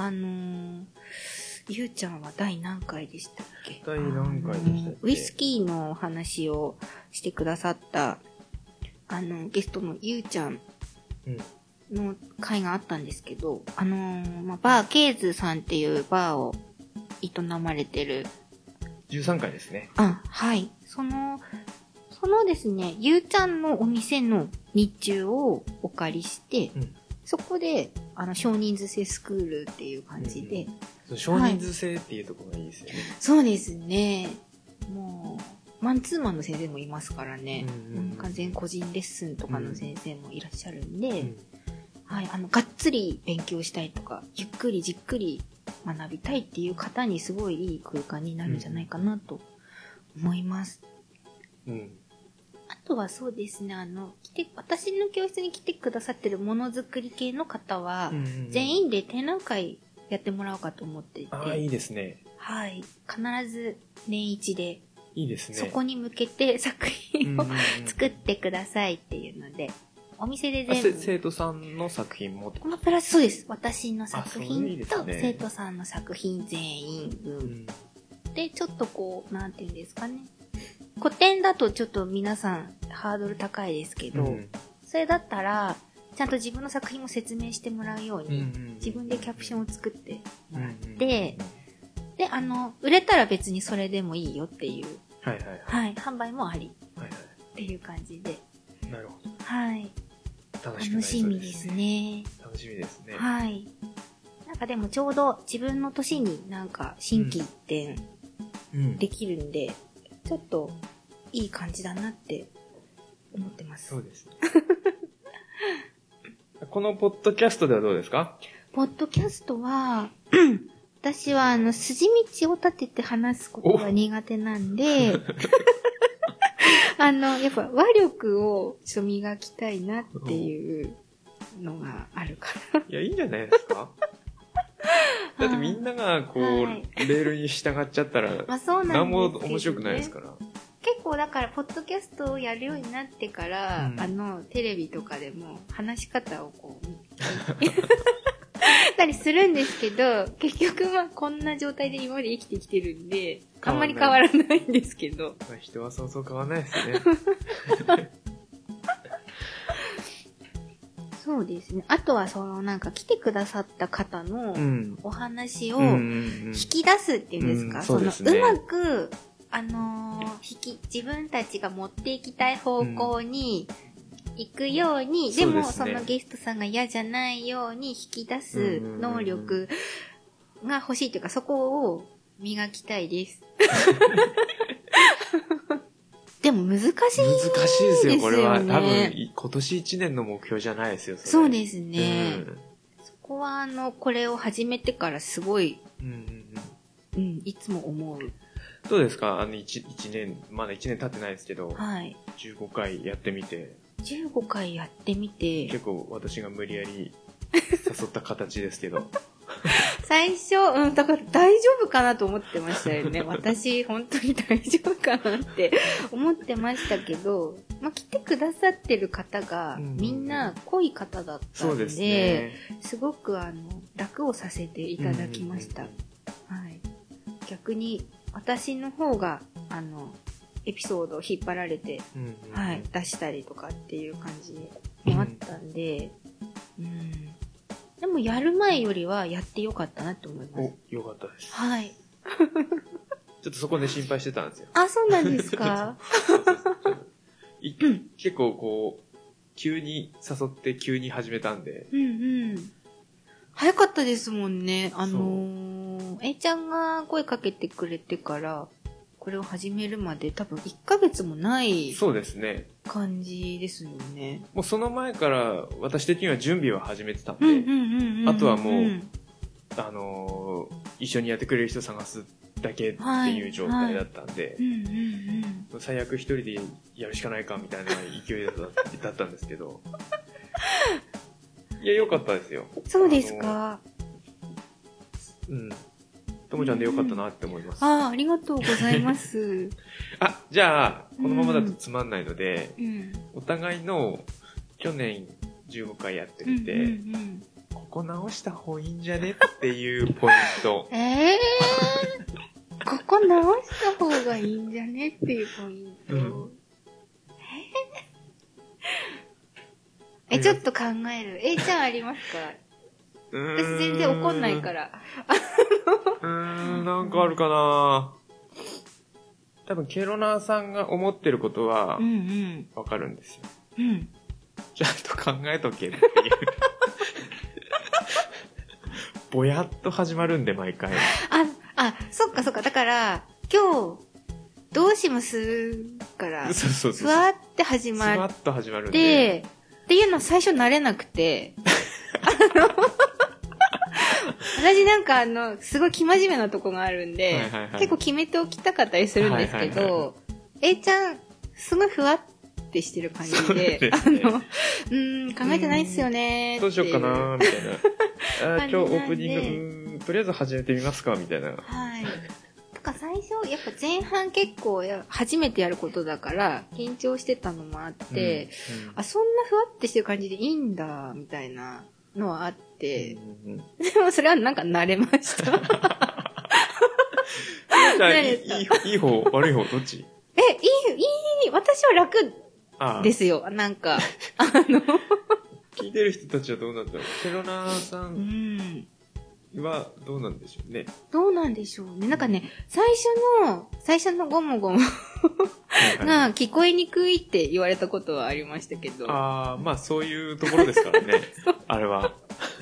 ゆうちゃんは第何回でしたっけ？ 第何回でしたっけ？ ウイスキーのお話をしてくださった、ゲストのゆうちゃんの回があったんですけど、バーケーズさんっていうバーを営まれてる。 13回ですね。 はい。そのですね、ゆうちゃんのお店の日中をお借りして、そこで、少人数制スクールっていう感じで、 少人数制っていうところがいいですよね。 そうですね。もう、マンツーマンの先生もいますからね。完全個人レッスンとかの先生もいらっしゃるんで、はい、がっつり勉強したいとか、ゆっくりじっくり学びたいっていう方にすごいいい空間になるんじゃないかなと思います。あとはそうですね、私の教室に来てくださってるものづくり系の方は、全員で展覧会やってもらおうかと思っていて。 いいですね。 はい。必ず年一で。 いいですね。 そこに向けて作品を作ってくださいっていうので、お店で全部。 生徒さんの作品もプラスそうです。私の作品と生徒さんの作品全員分。で、ちょっとこう、なんていうんですかね。古典だとちょっと皆さんハードル高いですけど、それだったら、ちゃんと自分の作品も説明してもらうように、自分でキャプションを作ってもらって、で、売れたら別にそれでもいいよっていう、はい、販売もあり、っていう感じで。 なるほど。 はい。 楽しみですね。 楽しみですね。 はい。なんかでもちょうど自分の年になんか心機一転できるんで、ちょっといい感じだなって思ってます。 そうです。このポッドキャストではどうですか？ ポッドキャストは、私は筋道を立てて話すことが苦手なんで、やっぱ和力をちょっと磨きたいなっていうのがあるから。 いや、いいんじゃないですか？だってみんながこう、レールに従っちゃったら、何も面白くないですから。 結構だから、ポッドキャストをやるようになってから、テレビとかでも話し方をこう、たりするんですけど、結局はこんな状態で今まで生きてきてるんで、あんまり変わらないんですけど。 人はそうそう変わらないですね。 そうですね。あとはなんか来てくださった方のお話を引き出すっていうんですか、うまく、自分たちが持っていきたい方向に行くように、でもそのゲストさんが嫌じゃないように引き出す能力が欲しいというか、そこを磨きたいです。でも難しいですよね。 難しいですよ、これは。多分、今年1年の目標じゃないですよ、 そうですね。そこは、これを始めてからすごい、いつも思う。 どうですか1年、まだ1年経ってないですけど、 はい。 15回やってみて。 15回やってみて。 結構私が無理やり誘った形ですけど。 最初、だから大丈夫かなと思ってましたよね。私、本当に大丈夫かなって思ってましたけど、来てくださってる方が、みんな濃い方だったんで、すごく楽をさせていただきました。はい。逆に、私の方が、エピソードを引っ張られて、はい、出したりとかっていう感じもあったんで、でもやる前よりはやってよかったなと思います。 よかったです。 はい。 ちょっとそこで心配してたんですよ。 あ、そうなんですか。 結構こう、急に誘って急に始めたんで。 うんうん。早かったですもんね。A ちゃんが声かけてくれてから、これを始めるまで多分1ヶ月もない。 そうですね。 感じですよね。 もうその前から私的には準備を始めてたんで、あとはもう、一緒にやってくれる人探すだけっていう状態だったんで、最悪一人でやるしかないかみたいな勢いだったんですけど、いや、良かったですよ。 そうですか。 うん。ともちゃんで良かったなって思います。 ありがとうございます。 じゃあ、このままだとつまんないので、お互いの去年15回やってみて、ここ直した方がいいんじゃねっていうポイント。 ここ直した方がいいんじゃねっていうポイント。ちょっと考える。ちゃんありますか？私全然怒んないから。 なんかあるかな。多分、ケロナーさんが思ってることは、わかるんですよ。ちゃんと考えとけっていう。ぼやっと始まるんで、毎回。 そっかそっか。だから、今日、どうしますから、ふわって始まって、 ふわっと始まるんで。 っていうの最初慣れなくて、私なんかすごい生真面目なとこがあるんで、結構決めておきたかったりするんですけど、A ちゃん、すごいふわってしてる感じで、考えてないっすよねーって。 どうしようかなーみたいな。今日オープニング、とりあえず始めてみますかみたいな。 はい。とか最初、やっぱ前半結構初めてやることだから、緊張してたのもあって、そんなふわってしてる感じでいいんだ、みたいなのはあって、でもそれはなんか慣れました。 いい方、悪い方、どっち？ 私は楽ですよ、なんか。 聞いてる人たちはどうなんだろう。ケロナーさんはどうなんでしょうね。 どうなんでしょうね。なんかね、最初のゴムゴムが聞こえにくいって言われたことはありましたけど。 まあそういうところですからね。あれは。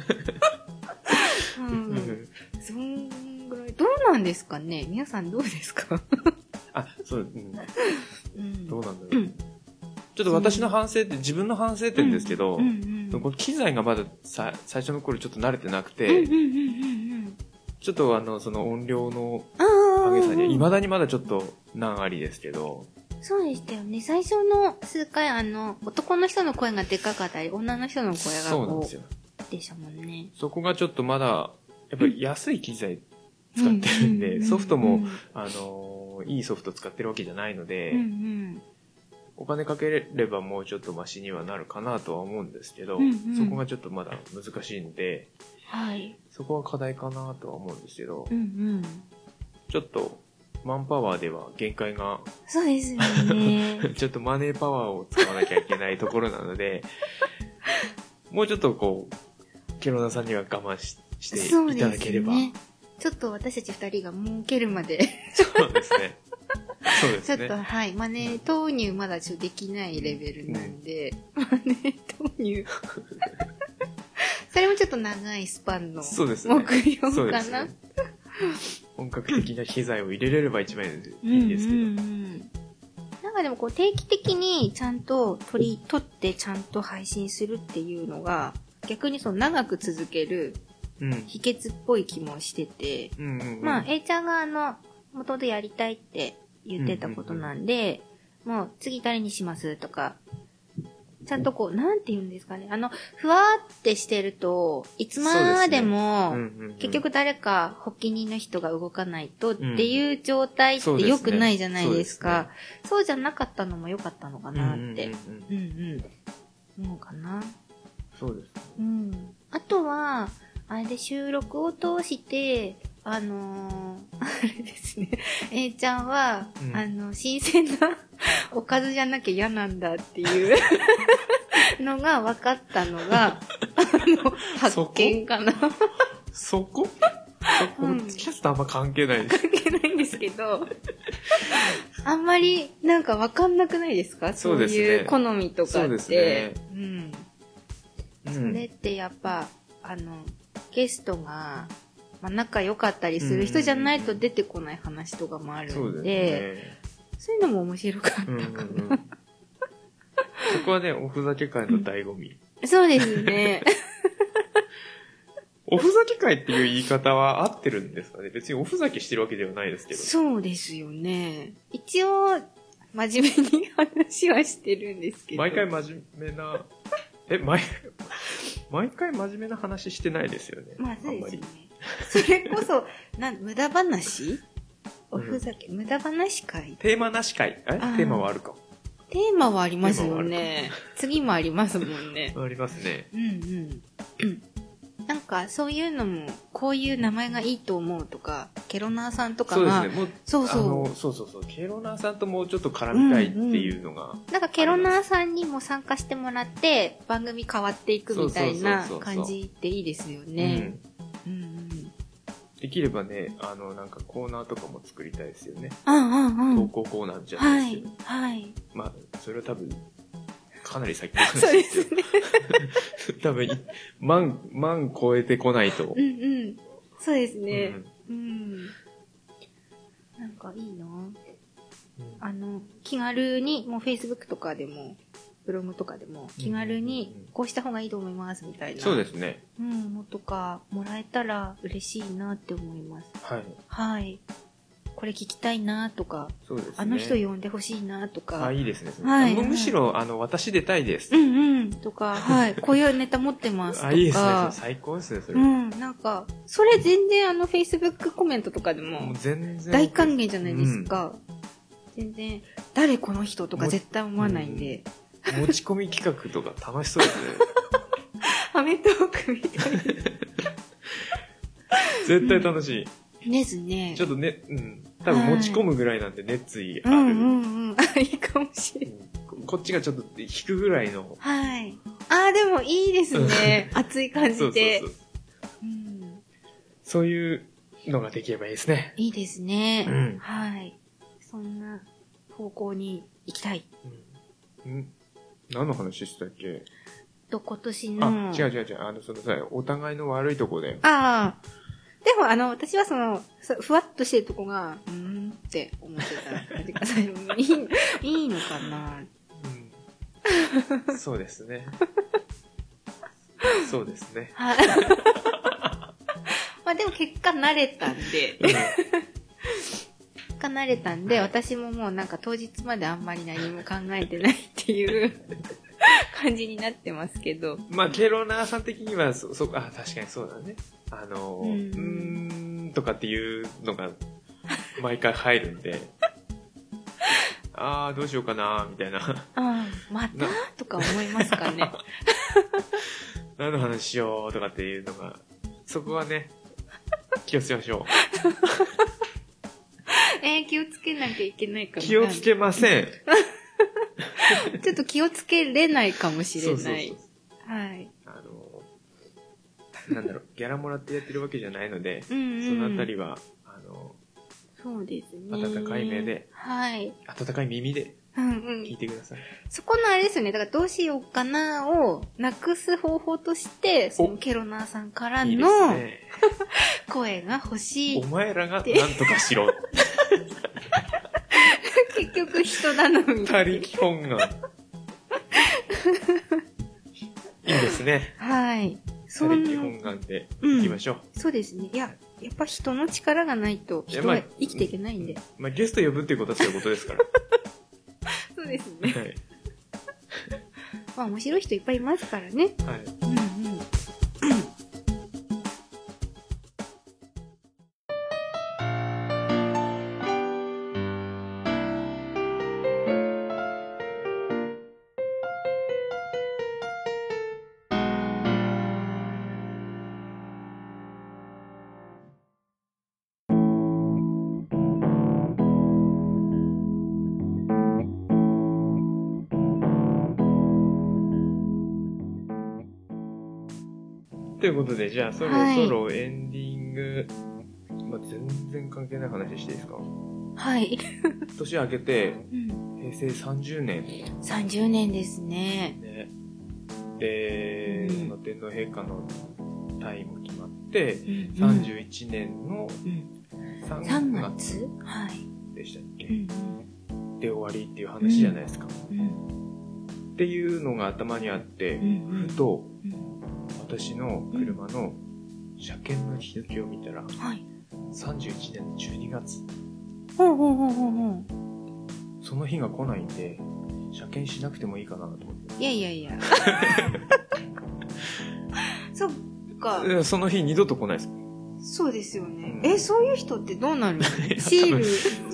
そんぐらい。どうなんですかね。皆さんどうですか？ そう、どうなんだろう。ちょっと私の反省って、自分の反省点ですけど、この機材がまだ最初の頃ちょっと慣れてなくて、ちょっとその音量の上げさに、未だにまだちょっと難ありですけど。 そうでしたよね。最初の数回、男の人の声がでかかったり、女の人の声がそうなんですよ。 でしたもんね。 そこがちょっとまだ、やっぱり安い機材使ってるんで、ソフトも、いいソフト使ってるわけじゃないので、お金かければもうちょっとマシにはなるかなとは思うんですけど、そこがちょっとまだ難しいんで、そこは課題かなとは思うんですけど、ちょっとマンパワーでは限界が、 そうですよね。 ちょっとマネーパワーを使わなきゃいけないところなので、もうちょっとこう、ケロナさんには我慢していただければ。 ちょっと私たち二人が儲けるまで。 そうですね。そうですね。 ちょっと、はい。マネー投入まだちょっとできないレベルなんで、マネー投入。それもちょっと長いスパンの目標かな。 本格的な機材を入れれれば一番いいんですけど。 なんかでもこう定期的にちゃんと取ってちゃんと配信するっていうのが、逆にその長く続ける秘訣っぽい気もしてて、まあ A ちゃんがもともとやりたいって言ってたことなんで、もう次誰にしますとか、ちゃんとこう、なんて言うんですかね。ふわーってしてると、いつまでも、結局誰か発起人の人が動かないとっていう状態って良くないじゃないですか。そうじゃなかったのも良かったのかなって。思うかな。 そうです。 あとは、あれで収録を通して、あれですね。A ちゃんは、新鮮なおかずじゃなきゃ嫌なんだっていうのが分かったのが、発見かな。 そこポッドキャストあんま関係ないです。 関係ないんですけど、あんまりなんかわかんなくないですか？そういう好みとかって。そうですね。うん。それってやっぱ、ゲストが、まあ、仲良かったりする人じゃないと出てこない話とかもあるんで、そういうのも面白かったかな。 そこはね、おふざけ会の醍醐味。 そうですね。 おふざけ会っていう言い方は合ってるんですかね？別におふざけしてるわけではないですけど。 そうですよね。一応、真面目に話はしてるんですけど。 毎回真面目な、毎回真面目な話してないですよね。 まあそうですよね。それこそ、無駄話？おふざけ、無駄話会？ テーマなし会？テーマはあるか。 テーマはありますよね。次もありますもんね。 ありますね。 うん。なんかそういうのもこういう名前がいいと思うとか、ケロナーさんとかが、 そうですね。もうそうケロナーさんともうちょっと絡みたいっていうのが、 なんかケロナーさんにも参加してもらって番組変わっていくみたいな感じっていいですよね。 できればね、なんかコーナーとかも作りたいですよね。投稿コーナーじゃないですけど。はい。まあそれは多分かなり先の話ですよ。そうですね。多分、万超えてこないと。 そうですね。なんかいいな、気軽に、もう Facebook とかでも、ブログとかでも、気軽に、こうした方がいいと思います、みたいな。 そうですね。 のとか、もらえたら嬉しいなって思います。はい。はい。これ聞きたいなとか、そうですね、あの人呼んでほしいなとか。 いいですね。はい、むしろ、私出たいです。 とか、はい。こういうネタ持ってますとか。 いいですね。最高ですね、それ。 なんか、それ全然Facebook コメントとかでも、大歓迎じゃないですか。全然、誰この人とか絶対思わないんで。 持ち込み企画とか楽しそうですね。 アメトークみたいな。 絶対楽しい。 ですね。 ちょっとね、多分持ち込むぐらいなんで熱意ある。 いいかもしれない。 こっちがちょっと引くぐらいの。 はい。でもいいですね。熱い感じで。 そういうのができればいいですね。 いいですね。はい。そんな方向に行きたい。 何の話してたっけ？ 今年の。 違う。そのさ、お互いの悪いとこで。 でも私はふわっとしてるとこが、って思ってた感じがいいのかな。 そうですね。そうですね。 まあでも結果慣れたんで。慣れたんで、私ももうなんか当日まであんまり何も考えてないっていう感じになってますけど。 まあ、ケロナーさん的には、確かにそうだね。とかっていうのが毎回入るんで、どうしようかなみたいな。 またとか思いますかね。 何の話しようとかっていうのが、そこはね、気をつけましょう。 気をつけなきゃいけないかも。 気をつけません。 ちょっと気をつけれないかもしれない。はい。 なんだろう、ギャラもらってやってるわけじゃないので、そのあたりは、 そうですね。 温かい目で、 はい。 温かい耳で、聞いてください。 そこのあれですよね。だからどうしようかなをなくす方法として、そのケロナーさんからの声が欲しい。 お前らがなんとかしろ。 結局人頼み。 他力本願。いいですね。 はい。 他力本願でいきましょう。 そうですね。いや、やっぱ人の力がないと人は生きていけないんで。 ゲスト呼ぶっていうことはそういうことですから。 そうですね。はい。まあ面白い人いっぱいいますからね。はい。 ということで、じゃあそろそろエンディングまあ、全然関係ない話していいですか？ はい。 年明けて、平成30年。 30年ですね。 で、天皇陛下の退位も決まって、31年の3月でしたっけ、で終わりっていう話じゃないですか。っていうのが頭にあって、ふと、私の車の車検の日付を見たら、31年の12月。その日が来ないんで、車検しなくてもいいかなと思って。 いや。そっか。 その日二度と来ないです。 そうですよね。そういう人ってどうなるの？シール。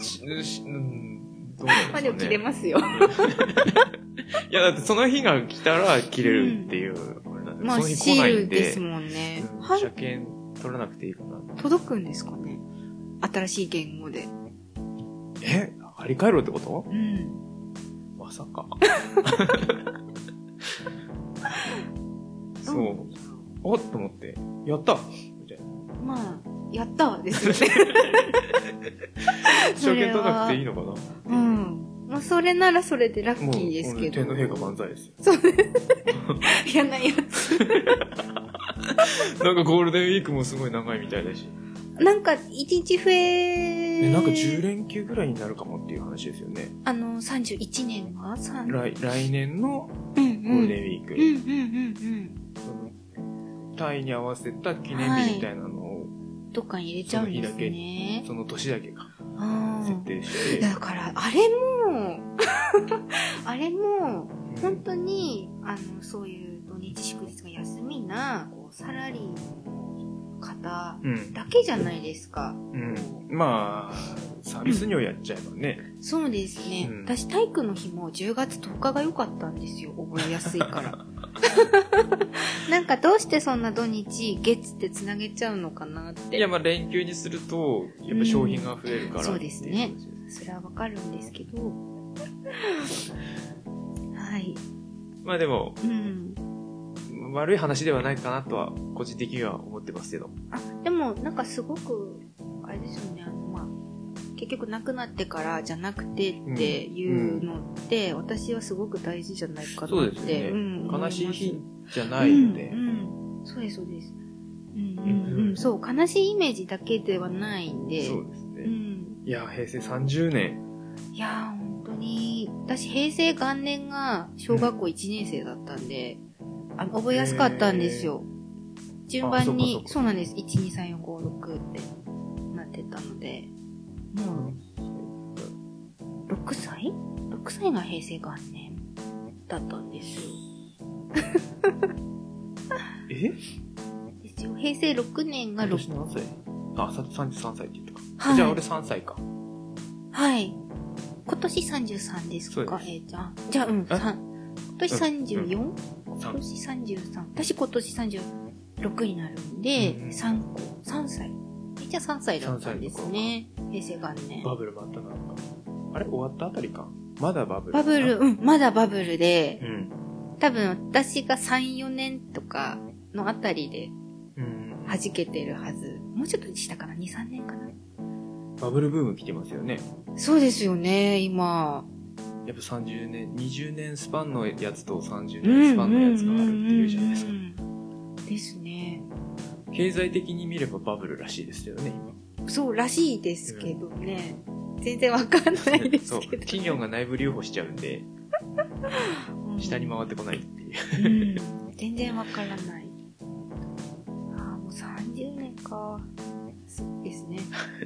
どうなんですかね。まあでも切れますよ。 いやだってその日が来たら切れるっていう、 まあシールですもんね。 車検取らなくていいかな。 届くんですかね。新しい言語で。 張り替えろってこと？まさか。そう。おっと思って、やったみたいな。 まあ、やったですよね。 車検取らなくていいのかな？ まあ、それならそれでラッキーですけど。 天皇陛下万歳ですよ。 そうです。嫌なやつ。 なんかゴールデンウィークもすごい長いみたいだし。 なんか、1日増えなんか10連休ぐらいになるかもっていう話ですよね。 31年は来年のゴールデンウィーク。そのタイに合わせた記念日みたいなのを、 どっかに入れちゃうんですね。 その年だけか。設定して。 だから、あれも、本当に、そういう土日祝日が休みな、サラリーの方だけじゃないですか。 まあ、サービス業やっちゃえばね。 そうですね。私、体育の日も10月10日が良かったんですよ。覚えやすいから。なんかどうしてそんな土日、月ってつなげちゃうのかなって。 いや、まあ連休にすると、やっぱ商品が増えるから、 そうですね。それはわかるんですけど。はい。 まあでも、悪い話ではないかなとは、個人的には思ってますけど。 でも、なんかすごく、あれですよね、まあ、結局亡くなってからじゃなくてっていうのって、私はすごく大事じゃないかなって。 そうですね。悲しい日じゃないので。 そうです、そうです。そう、悲しいイメージだけではないんで。 そうですね。いや、平成30年。 いや、本当に、私平成元年が小学校1年生だったんで、覚えやすかったんですよ。順番に、そうなんです。1、2、3、4、5、6ってなってたので、もう、6歳 ?6 歳が平成元年だったんですよ。ですよ。平成6年が私何歳？33歳って言ったか。じゃあ俺3歳か。 はい。今年33ですか？じゃあ、今年 34？ 今年33。私今年36になるんで、3歳。じゃあ3歳だったんですね。平成元年。 バブルもあったな。あれ終わったあたりか。まだバブル。 まだバブルで、多分私が3、4年とかのあたりで、弾けてるはず。もうちょっとしたかな？ 2、3年かな？ バブルブーム来てますよね。 そうですよね、今。 やっぱ30年、20年スパンのやつと30年スパンのやつがあるっていうじゃないですか。 ですね。 経済的に見ればバブルらしいですよね、 今。そうらしいですけどね。全然わかんないですけど、ね。そう。 企業が内部留保しちゃうんで、下に回ってこないっていう。 全然わからない。もう30年か。そうですね。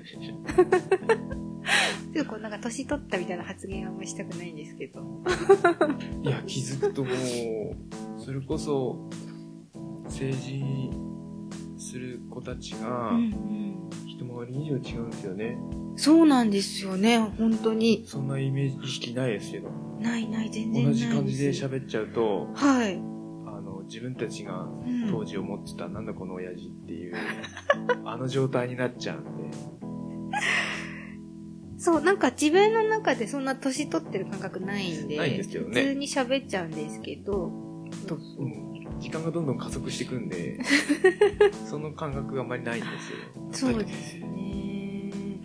ちょっとなんか年取ったみたいな発言はあんまりしたくないんですけど。 いや、気づくともう、それこそ、政治する子たちが、一回り以上違うんですよね。 そうなんですよね、本当に。 そんなイメージ意識ないですけど。 ない、全然ないです。 同じ感じで喋っちゃうと、 はい。 自分たちが当時思ってた、なんだこの親父っていう、状態になっちゃうんで。そう、 なんか自分の中でそんな年取ってる感覚ないんで、 ないんですけどね。 普通に喋っちゃうんですけど、 時間がどんどん加速していくんで、その感覚があんまりないんですよ。 そうですね。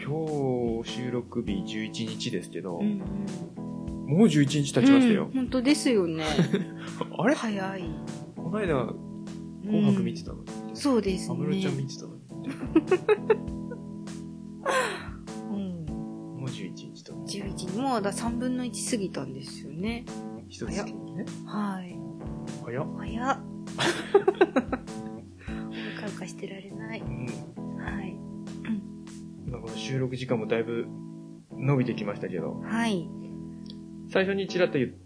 今日収録日11日ですけど、もう11日経ちましたよ。 本当ですよね。 あれ早い。 この間、紅白見てたのに。 そうですね。 安室ちゃん見てたのに。もう11日と。 11日。もう3分の1過ぎたんですよね。 一月にね。 はい。 早っ。 早っ。うかうかしてられない。はい。 今この収録時間もだいぶ伸びてきましたけど。 はい。 最初にちらっと言った、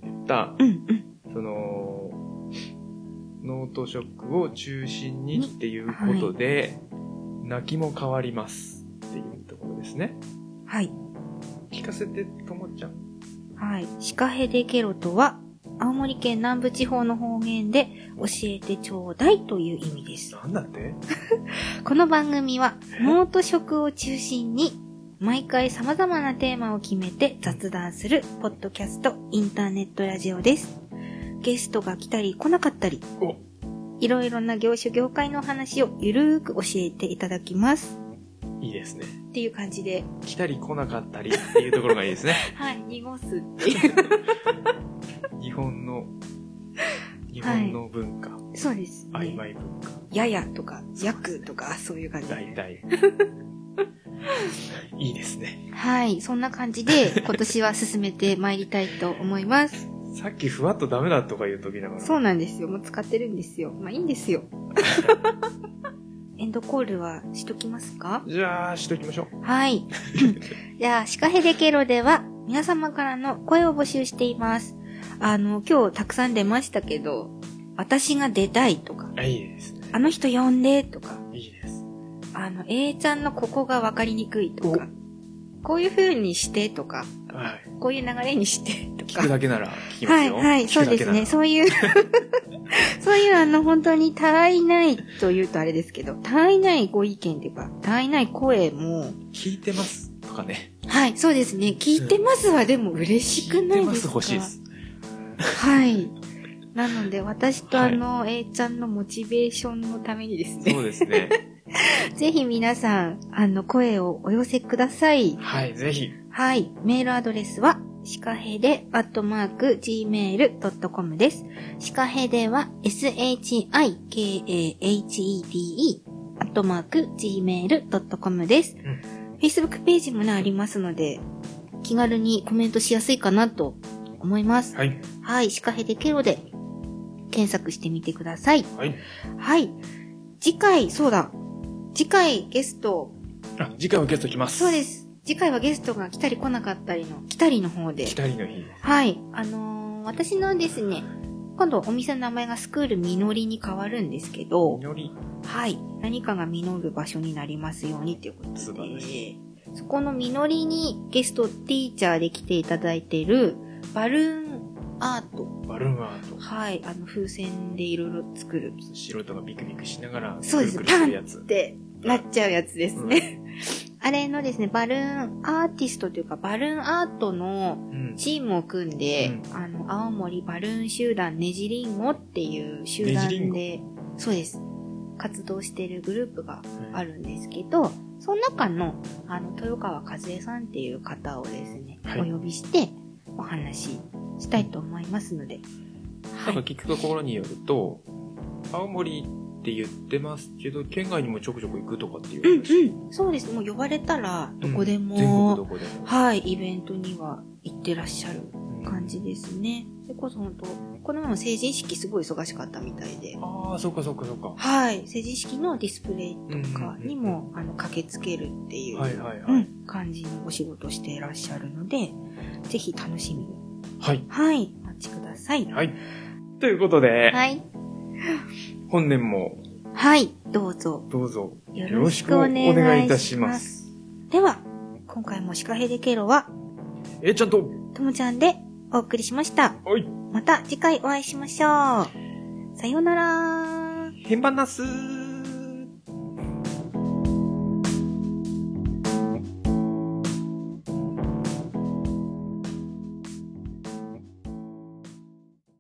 その、ノート食を中心にっていうことで、泣きも変わりますっていうところですね。 はい。 聞かせてともちゃん。 はい。シカヘデケロとは、青森県南部地方の方言で教えてちょうだいという意味です。 なんだってこの番組はノート食を中心に毎回様々なテーマを決めて雑談するポッドキャストインターネットラジオです。ゲストが来たり来なかったり、いろいろな業種業界の話をゆるーく教えていただきます。 いいですね。 っていう感じで。 来たり来なかったりっていうところがいいですね。 はい、濁すっていう。 日本の文化、はい。そうですね。曖昧文化。 ややとか、やくとか、そういう感じで。 大体。いいですね。 はい。そんな感じで、今年は進めてまいりたいと思います。 さっきふわっとダメだとか言うときながら。 そうなんですよ。もう使ってるんですよ。まあいいんですよ。エンドコールはしときますか？ じゃあ、しときましょう。 はい。じゃあ、シカヘデケロでは、皆様からの声を募集しています。今日たくさん出ましたけど、私が出たいとか。 いいですね。 あの人呼んでとか。 いいです。 A ちゃんのここがわかりにくいとか。こういう風にしてとか。 はい。 こういう流れにしてとか。 聞くだけなら聞きますよ。 はい、そうですね。そういう、そういう本当に他愛ないと言うとあれですけど、他愛ないご意見というか、他愛ない声も。 聞いてますとかね。 はい、そうですね。聞いてますはでも嬉しくないですか？ 聞いてます欲しいです。 はい。なので、私とA ちゃんのモチベーションのためにですね。 そうですね。 ぜひ皆さん、声をお寄せください。 はい、ぜひ。 はい。メールアドレスは、シカヘデ@gmail.com です。シカヘデは shikahede@gmail.com です。Facebook ページもね、ありますので、気軽にコメントしやすいかなと思います。 はい。 はい。シカヘデケロで検索してみてください。 はい。 はい。次回ゲスト。 次回はゲスト来ます。 そうです。次回はゲストが来たり来なかったりの、来たりの方で。 来たりの日です。 はい。私のですね、今度お店の名前がスクールみのりに変わるんですけど、 みのり。 はい。何かが実る場所になりますようにということで、 素晴らしい。 そこのみのりにゲストティーチャーで来ていただいているバルーンアート。 バルーンアート。 はい。風船でいろいろ作る。 素人がビクビクしながら、 そうです。パンってなっちゃうやつですね。あれのですね、バルーンアーティストというか、バルーンアートのチームを組んで、青森バルーン集団ねじりんごっていう集団で、そうです。活動しているグループがあるんですけど、その中の、豊川和恵さんっていう方をですね、お呼びして、お話ししたいと思いますので。 なんか聞くところによると、青森って言ってますけど、県外にもちょくちょく行くとかっていう話。 そうです。もう呼ばれたら、どこでも、 全国どこでも。 はい、イベントには行ってらっしゃる感じですね。でこそ本当、この前も成人式すごい忙しかったみたいで。 ああ、そっかそっかそっか。 はい。成人式のディスプレイとかにも、駆けつけるっていう、感じのお仕事していらっしゃるので、ぜひ楽しみに。 はい。 はい。お待ちください。 はい。ということで、 はい。 本年も、 はい。どうぞ。 どうぞ。 よろしくお願いいたします。では、今回もシカヘデケロは、 ちゃんと、 ともちゃんでお送りしました。 はい。 また次回お会いしましょう。さようなら。 へんばなすー。